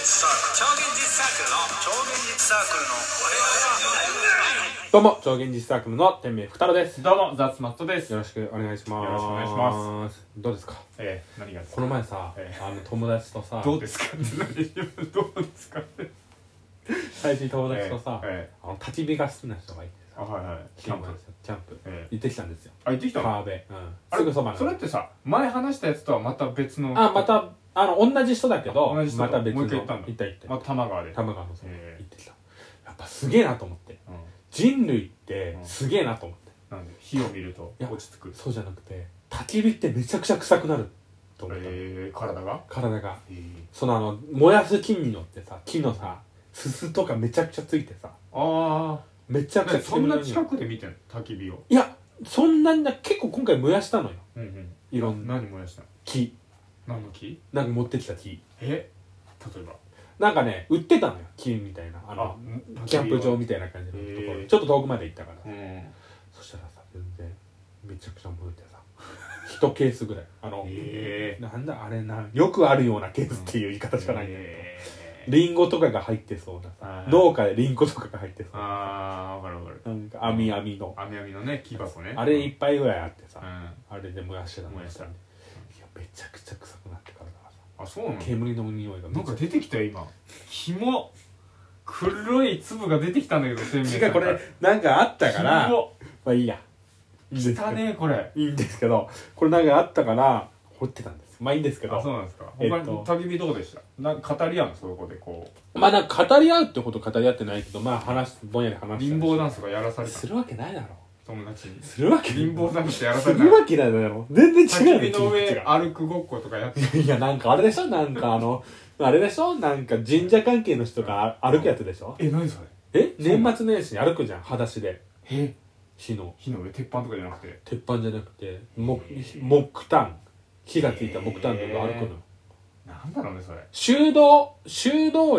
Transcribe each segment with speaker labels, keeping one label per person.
Speaker 1: どうも超現実サークルの天命ふたろです。
Speaker 2: どうもザッツマットです。
Speaker 1: よろしくお願いします。
Speaker 2: よろしくお願いします。
Speaker 1: どうですか？
Speaker 2: 何がですか？
Speaker 1: この前さ、友達とさ、
Speaker 2: どうですかどうですか
Speaker 1: 最近友達とさ、焚き火が好きな人がいてさ、
Speaker 2: はいはい、
Speaker 1: キャンプ行ってきたんですよ。
Speaker 2: 行ってきたの？
Speaker 1: 川辺、すぐそばの。
Speaker 2: それってさ、前話したやつとはまた別の。
Speaker 1: また同じ人だけど、また別の。
Speaker 2: もう一回行ったんだ。
Speaker 1: 行った。
Speaker 2: また玉川で。
Speaker 1: 玉川の行ってきた。やっぱすげえなと思って。人類ってすげえなと思って。
Speaker 2: なんで火を見ると落ち着く？
Speaker 1: そうじゃなくて、焚き火ってめちゃくちゃ臭くなると思った。体がその燃やす木によってさ、木のさすすとかめちゃくちゃついてさ、めちゃくちゃ
Speaker 2: そんな近くで見てんの焚き火を？
Speaker 1: いや、そんなに結構今回燃やしたのよ。いろんな。
Speaker 2: 何燃やしたの？
Speaker 1: 木。
Speaker 2: 何の木？
Speaker 1: なんか持ってきた木。
Speaker 2: 例えば
Speaker 1: なんかね、売ってたのよ、木みたいな。キャンプ場みたいな感じのところ、ちょっと遠くまで行ったから。そしたらさ、全然めちゃくちゃ燃えてさ、1ケースぐらい。なんだあれな、よくあるようなケースっていう言い方しかないんだけど、リンゴとかが入ってそうなさ、農家でリンゴとかが入ってそうな。
Speaker 2: わかるわかる。
Speaker 1: なんか網の
Speaker 2: ね、木箱ね。
Speaker 1: あれ1杯ぐらいあってさ、あれで燃やしてたの。いや、めちゃくちゃ臭くなってからだからさ。
Speaker 2: そうなの？
Speaker 1: 煙の匂いが
Speaker 2: なんか出てきたよ今。肝黒い粒が出てきたんだけど、洗面
Speaker 1: 違う、これなんかあったから、まあいいや。
Speaker 2: 汚ねえこれ。
Speaker 1: いいんですけど、これなんかあったから掘ってたんです。まあいいんですけど。
Speaker 2: そうなんですか。他に焚き火どうでした？なんか語り合うの？そこでこ
Speaker 1: う。まあなんか語り合うってこと語り合ってないけど、まあぼんやり話して。
Speaker 2: 貧乏ダンスがやらされた。
Speaker 1: するわけないだろ。
Speaker 2: 友達に。
Speaker 1: するわけない。
Speaker 2: 貧乏ダンスやらされた。
Speaker 1: するわけないだろ。全然違う。
Speaker 2: 焚き火の上歩くごっことかやって。
Speaker 1: いや、なんかあれでしょ？なんかあれでしょ？なんか神社関係の人が歩くやつでしょ？
Speaker 2: 何それ？
Speaker 1: 年末年始に歩くじゃん、裸足で。火の上、
Speaker 2: 鉄板とかじゃなくて？
Speaker 1: 鉄板じゃなくて、木炭。火がついた木炭とか歩くの。
Speaker 2: なんだろうね、それ。
Speaker 1: 修道士修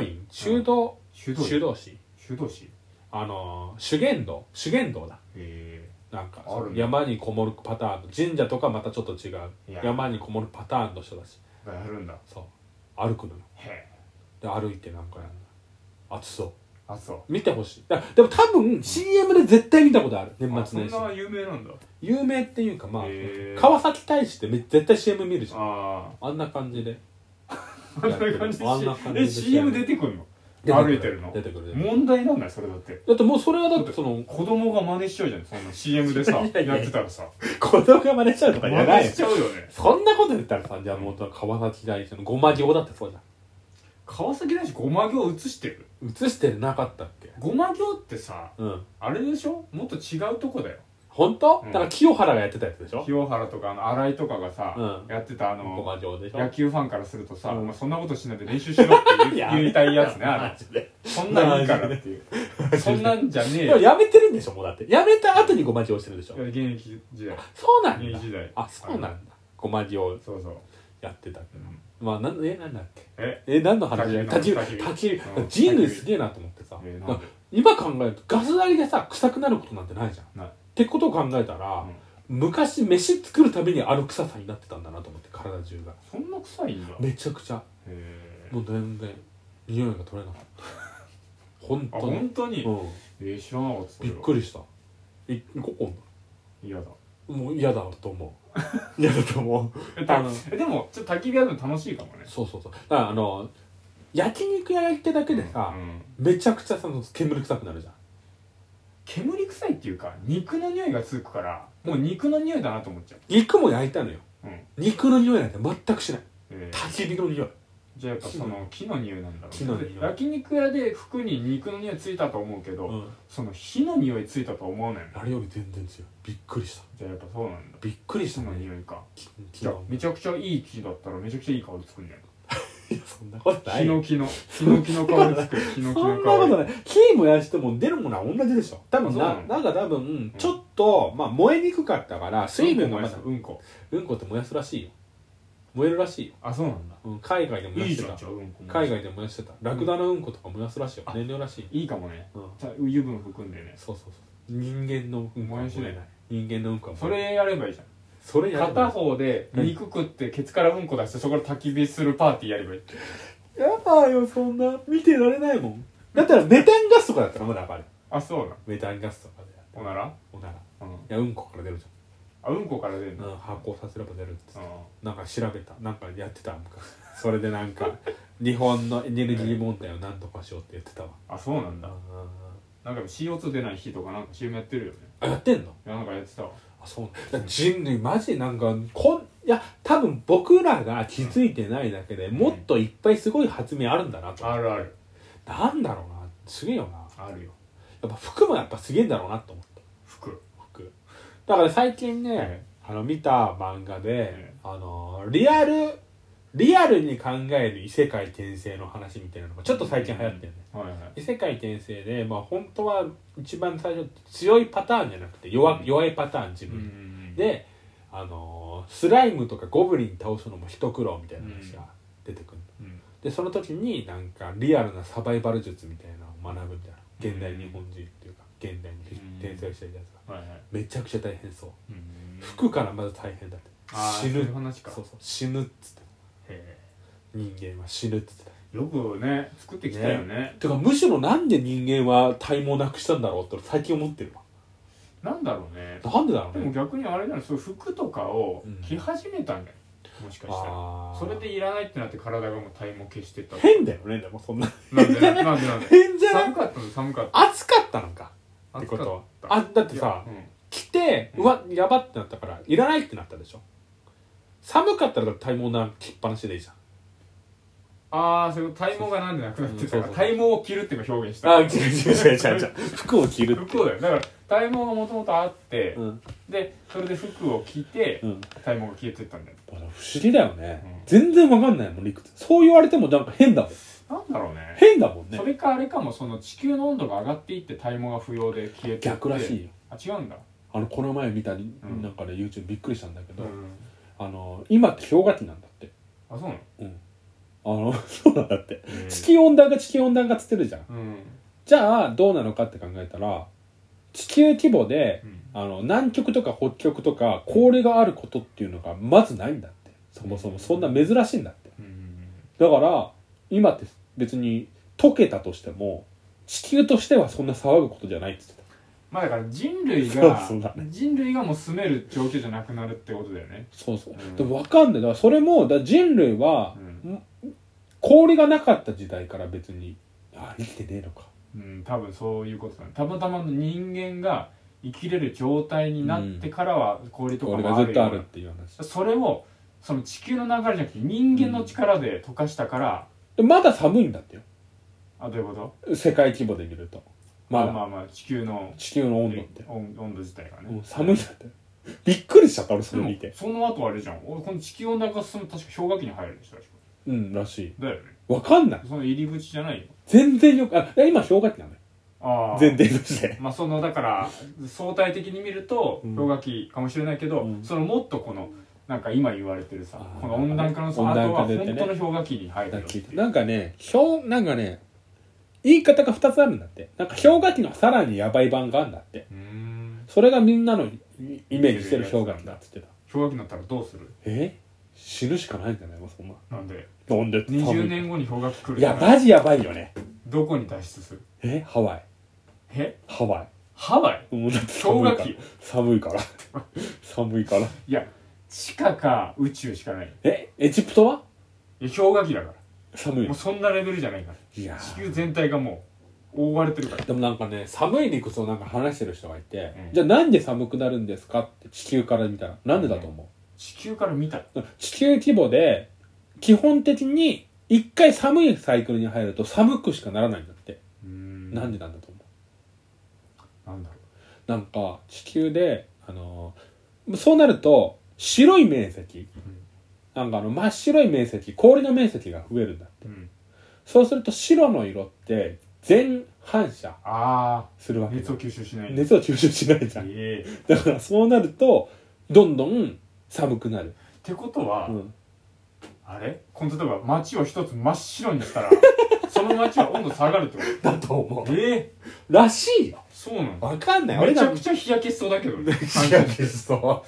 Speaker 1: 験道だ。なんか山にこもるパターンの、神社とかまたちょっと違う山にこもるパターンの人だし、
Speaker 2: やるんだ。
Speaker 1: そう、歩くのよ。で歩いてなんかやるの。暑そう。見てほしい。でも多分 CM で絶対見たことある。年末年始。
Speaker 2: そんな有名なんだ。
Speaker 1: 有名っていうか、まあ川崎大使って絶対 CM 見るじゃん。あんな感じで。
Speaker 2: あんな感じで CM 出てくるの？歩いてるの？
Speaker 1: 出てくる。
Speaker 2: 問題なんだよそれ。だ
Speaker 1: ってもうそれはだってその
Speaker 2: 子供が真似しちゃうじゃん、そんな CM でさやってたらさ。
Speaker 1: 子供が真似しちゃうとかじゃない。
Speaker 2: 真似しちゃうよね。
Speaker 1: そんなこと言ったらさ、じゃあもう川崎大師のごま行だってそうじゃん。
Speaker 2: 川崎大師ごま行映してる？
Speaker 1: 映してなかったっけ？
Speaker 2: ごま行ってさ、あれでしょ？もっと違うとこだよ。
Speaker 1: 本当？だから清原がやってたやつでしょ？
Speaker 2: 清原とか新井とかがさ、やってた
Speaker 1: ごま行でしょ？
Speaker 2: 野球ファンからするとさ、そんなことしないで練習しろって言いたいやつね、あれ。そんなんいいからっていう。そんなんじゃねえよ。
Speaker 1: やめてるんでしょ、もうだって。やめた後にごま行してるでしょ？
Speaker 2: 現役時代。
Speaker 1: そうなんだ。
Speaker 2: 現役時代。
Speaker 1: そうなんだ。ごま行。
Speaker 2: そうそう。
Speaker 1: やってたけど。まあなんだっけ？何の話？焚き火。人類すげえなと思ってさ。今考えるとガス台でさ臭くなることなんてないじゃん。ってことを考えたら、昔飯作るためにある臭さになってたんだなと思って、体中が。
Speaker 2: そんな臭いんだ。
Speaker 1: めちゃくちゃ。もう全然匂いが取れなかった。本当に。
Speaker 2: 知らなかった。
Speaker 1: びっくりした。行こう今度。
Speaker 2: 嫌だ。
Speaker 1: もう嫌だと思う。嫌だと思う。
Speaker 2: でもちょっと焚き火やるの楽しいかもね。
Speaker 1: そう。だから焼肉屋行ってだけでさ、めちゃくちゃ煙臭くなるじゃん。
Speaker 2: 煙臭いっていうか肉の匂いがつくから、もう肉の匂いだなと思っちゃう。
Speaker 1: 肉も焼いたのよ。肉の匂いなんて全くしない。焚き火の匂い。
Speaker 2: じゃあやっぱその木の匂いなんだろう。
Speaker 1: 木の匂い。
Speaker 2: 焼肉屋で服に肉の匂いついたと思うけど、その火の匂いついたとは思わないの。
Speaker 1: あれより全然強い。びっくりした。
Speaker 2: じゃあやっぱそうなんだ。
Speaker 1: びっくりした。
Speaker 2: 木の匂いか。じゃあめちゃくちゃいい木だったらめちゃくちゃいい香りつくんじゃない？
Speaker 1: いや、そんなことない。
Speaker 2: ヒノキの香りつく。
Speaker 1: そんなことない。火燃やしても出るものは同じでしょ。多分ちょっと燃えにくかったから水分がまだうんこって燃やすらしいよ。燃えるらしいよ。
Speaker 2: そうなんだ。
Speaker 1: 海外で燃やしてた。海外で燃やしてた。ラクダのうんことか燃やすらしいよ。燃料らしい。
Speaker 2: いいかもね。油分含んでね。
Speaker 1: そう。人間のうんこは燃えない。人間のうんこは
Speaker 2: それやればいいじゃん。
Speaker 1: それやればいい。
Speaker 2: 片方で肉食ってケツからうんこ出してそこから焚き火するパーティーやればいいって。
Speaker 1: やだよそんな見てられないもん。だったらメタンガスとかだったらまだわかる。
Speaker 2: あ、そうな。
Speaker 1: メタンガスとかでやった
Speaker 2: おなら
Speaker 1: おなら、
Speaker 2: うん。
Speaker 1: いやうんこから出るじ
Speaker 2: あ、うんこから出る
Speaker 1: ゃん、
Speaker 2: の。
Speaker 1: 発酵させれば出るってさ、
Speaker 2: う
Speaker 1: なんか調べた、なんかやってた昔。それでなんか日本のエネルギー問題を何とかしようって言ってたわ。
Speaker 2: あ、そうなんだ。なんか CO2 出ない日とかなんか CM やってるよね。
Speaker 1: あ、やってんの？
Speaker 2: いや、なんかやってたわ。
Speaker 1: あ、そう。だから人類マジなんかいや多分僕らが気づいてないだけで、もっといっぱいすごい発明あるんだなと。
Speaker 2: あるある。
Speaker 1: なんだろうな、すげえよな。
Speaker 2: あるよ。
Speaker 1: やっぱ服もやっぱすげえんだろうなと思った。服だから最近ね、見た漫画で、リアルに考える異世界転生の話みたいなのがちょっと最近流行ってるね、
Speaker 2: はいはい、
Speaker 1: 異世界転生で、まあ本当は一番最初強いパターンじゃなくて弱いパターン自分で、スライムとかゴブリン倒すのも一苦労みたいな話が出てくる、でその時になんかリアルなサバイバル術みたいなのを学ぶみたいな、現代日本人っていうか現代に転生してるやつが、めちゃくちゃ大変そう、服からまず大変だって、死ぬ、そう死ぬっつって、人間は死ぬっつってた。
Speaker 2: よくね作ってきたよね。
Speaker 1: てかむしろなんで人間は体毛なくしたんだろうって最近思ってるわ。
Speaker 2: なんだろうね。
Speaker 1: なんでだろうね。
Speaker 2: でも逆にあれだね、そういう服とかを着始めたんだよ、もしかしたら。それでいらないってなって体がもう体毛消してた。
Speaker 1: 変だよね。でもそんな
Speaker 2: なんで
Speaker 1: 変じゃない。
Speaker 2: 寒かったの寒かった。
Speaker 1: 暑かったのかってことは。だってさ、着てうわやばってなったからいらないってなったでしょ。寒かったら体毛な着っぱなしでいいじゃん。
Speaker 2: ああ、それ体毛がなんでなくなってたか、体毛を着るっていうのを表現した。
Speaker 1: あ、違う服を着るって。
Speaker 2: 服をだよ。だから体毛がもともとあって、でそれで服を着て、体毛が消えてったんだよ。
Speaker 1: 不思議だよね、全然わかんないもん理屈。そう言われてもなんか変だもん。
Speaker 2: なんだろうね。
Speaker 1: 変だもんね。
Speaker 2: それかあれかも、その地球の温度が上がっていって体毛が不要で消えてって。
Speaker 1: 逆らしいよ。
Speaker 2: あ、違うんだ。
Speaker 1: この前見たなんかね YouTube びっくりしたんだけど、今って氷河期なんだって。
Speaker 2: あ、そうな
Speaker 1: の？そうなんだって。地球温暖化つってるじゃん、じゃあどうなのかって考えたら、地球規模で、南極とか北極とか氷があることっていうのがまずないんだって。そもそもそんな珍しいんだって、だから今って別に溶けたとしても地球としてはそんな騒ぐことじゃないって言ってた。
Speaker 2: まあだから人類がもう住める状況じゃなくなるってことだよね。
Speaker 1: そう、でも分かんない。だからそれも人類は、氷がなかった時代から別に生きてねえのか。
Speaker 2: 多分そういうことだね。たまたまの人間が生きれる状態になってからは氷とかもあるよ、
Speaker 1: 氷がずっとあるっていう話。
Speaker 2: それをその地球の流れじゃなくて人間の力で溶かしたから、
Speaker 1: まだ寒いんだってよ。
Speaker 2: あ、どういうこと？
Speaker 1: 世界規模で見ると
Speaker 2: まあ地球の
Speaker 1: 温度って
Speaker 2: 温度自体がね、
Speaker 1: 寒いんだって。びっくりしちゃった俺それ見て。
Speaker 2: その後あれじゃん、この地球温暖化進むと確か氷河期に入るでしょ。
Speaker 1: らしい。
Speaker 2: だよね。
Speaker 1: わかんない。
Speaker 2: その入り口じゃないよ。
Speaker 1: 全然よく今氷河期なのよ。前提として。
Speaker 2: まあだから相対的に見ると氷河期かもしれないけど、そのもっとこのなんか今言われてるさ、この温暖化の後は本当の氷河期に入るよ。
Speaker 1: なんかね言い方が2つあるんだって。なんか氷河期のさらにヤバい版があるんだって。それがみんなのイメージしてる氷河期だっつってた。
Speaker 2: 氷河期になったらどうする？
Speaker 1: 死ぬしかないんじゃないのそんな。
Speaker 2: なんで
Speaker 1: 20
Speaker 2: 年後に氷河期来る。
Speaker 1: いやマジやばいよね。
Speaker 2: どこに脱出する？
Speaker 1: ハワイ。
Speaker 2: ハワイ？
Speaker 1: だって
Speaker 2: 氷河期
Speaker 1: 寒いから
Speaker 2: いや地下か宇宙しかない。
Speaker 1: エジプトは？
Speaker 2: 氷河期だから
Speaker 1: 寒い。
Speaker 2: もうそんなレベルじゃないから。地球全体がもう覆われてるから。
Speaker 1: でもなんかね、寒い理屈をなんか話してる人がいて、じゃあなんで寒くなるんですかって地球から見たらなんでだと思う？
Speaker 2: 地球から見たら
Speaker 1: 地球規模で基本的に一回寒いサイクルに入ると寒くしかならないんだって。なんでなんだと思う？
Speaker 2: なんだろ
Speaker 1: う。なんか地球でそうなると白い面積、なんか真っ白い面積、氷の面積が増えるんだって、そうすると白の色って全反射するわけ。
Speaker 2: 熱を吸収しない
Speaker 1: じゃん、だからそうなるとどんどん寒くなる
Speaker 2: ってことは、あれ例えば街を一つ真っ白にしたらその街は温度下がるってこと
Speaker 1: だと思う。
Speaker 2: ら
Speaker 1: しいよ。
Speaker 2: そうなの？
Speaker 1: わかんない。
Speaker 2: めちゃくちゃ日焼けしそうだけどね。
Speaker 1: 日焼けしそう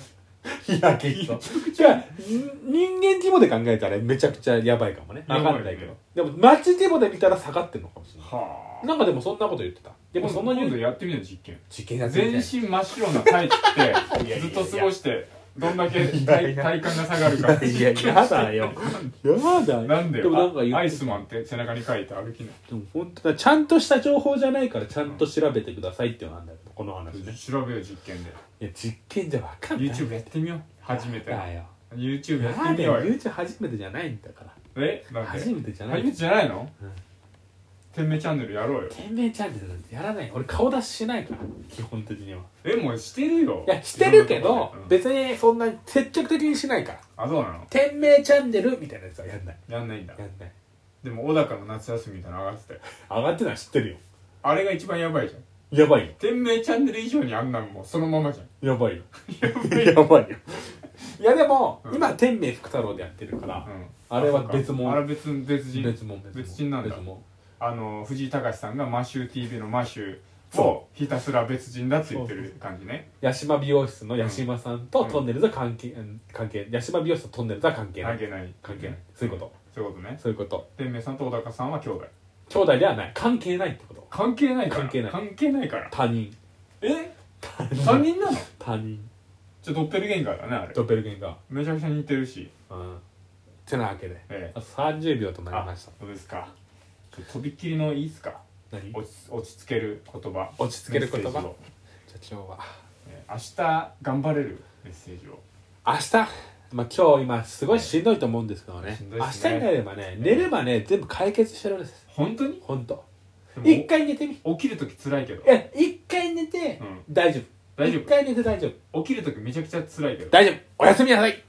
Speaker 1: いや結構じゃあ人間規模で考えたらめちゃくちゃやばいかもね。分かんないけど、でも街規模で見たら下がってんのかもしれない。はあ、なんかでもそんなこと言ってた。でもその
Speaker 2: 今度やってみる実験。
Speaker 1: やってみたい。
Speaker 2: 全身真っ白なタイってずっと過ごしてどんだけ体感が下がるか。
Speaker 1: いややだよ。やだよ。
Speaker 2: なんでアイスマンって背中に書いて歩きない。
Speaker 1: でも本当だ、ちゃんとした情報じゃないからちゃんと調べてくださいっていうのなんだよ、この話ね。
Speaker 2: 調べよう実験で。
Speaker 1: いや実験じゃ分かんない。
Speaker 2: YouTube やってみよう。初めて
Speaker 1: だよ。
Speaker 2: YouTube やってみようよ。
Speaker 1: YouTube 初めてじゃないんだから。
Speaker 2: なんで
Speaker 1: 初めてじゃない。
Speaker 2: 初めてじゃないの？天命チャンネルやろうよ。
Speaker 1: 天命チャンネルなんてやらない。俺顔出ししないから基本的には。
Speaker 2: もうしてるよ。
Speaker 1: いやしてるけど、別にそんなに積極的にしないから。
Speaker 2: あ、そうなの？
Speaker 1: 天命チャンネルみたいなやつはやんない。
Speaker 2: やんないんだ。
Speaker 1: やんない。
Speaker 2: でも小高の夏休みみたいなの上がってたよ。
Speaker 1: 上がってたの知ってるよ。
Speaker 2: あれが一番やばいじゃん。
Speaker 1: やばいよ。
Speaker 2: 天命チャンネル以上にあんなんもそのままじゃん。
Speaker 1: やばいよ。やばいよ。いやでも、今天命福太郎でやってるから、あれは別物。
Speaker 2: あれ別人。別人なんだ。藤井隆さんがマシュー TV のマシューをひたすら別人だって言ってる感じね。
Speaker 1: 八島美容室の八島さんとトンネルズは関係、八島美容室とトンネルズは関係ない。関係ない。そういうこと。
Speaker 2: そういうことね。
Speaker 1: そういうこと。
Speaker 2: 天命さんと小高さんは兄弟。
Speaker 1: 兄弟ではない。関係ないってこと。
Speaker 2: 関係ないから。
Speaker 1: 関係ない
Speaker 2: から。
Speaker 1: 他人。
Speaker 2: 他人なの？
Speaker 1: 他人。
Speaker 2: ドッペルゲンガーだね、あれ。
Speaker 1: ドッペルゲンガー。
Speaker 2: めちゃくちゃ似てるし。
Speaker 1: てなわけで、あと30秒となりました。
Speaker 2: そうですか。とびっきりのいいっすか？
Speaker 1: 何？
Speaker 2: 落ち着ける言葉。
Speaker 1: 落ち着ける言葉。じゃあ今日は
Speaker 2: 明日頑張れるメッセージを。
Speaker 1: 明日、今日今すごいしんどいと思うんですけどね。明日になればね、寝ればね全部解決してるんです。
Speaker 2: 本当に？
Speaker 1: 本当。一回寝てみ。
Speaker 2: 起きるとき辛いけど。
Speaker 1: 一回寝て大丈夫。
Speaker 2: 大丈夫。
Speaker 1: 一回寝て大丈夫。
Speaker 2: 起きるときめちゃくちゃ辛いけど。
Speaker 1: 大丈夫。おやすみなさい。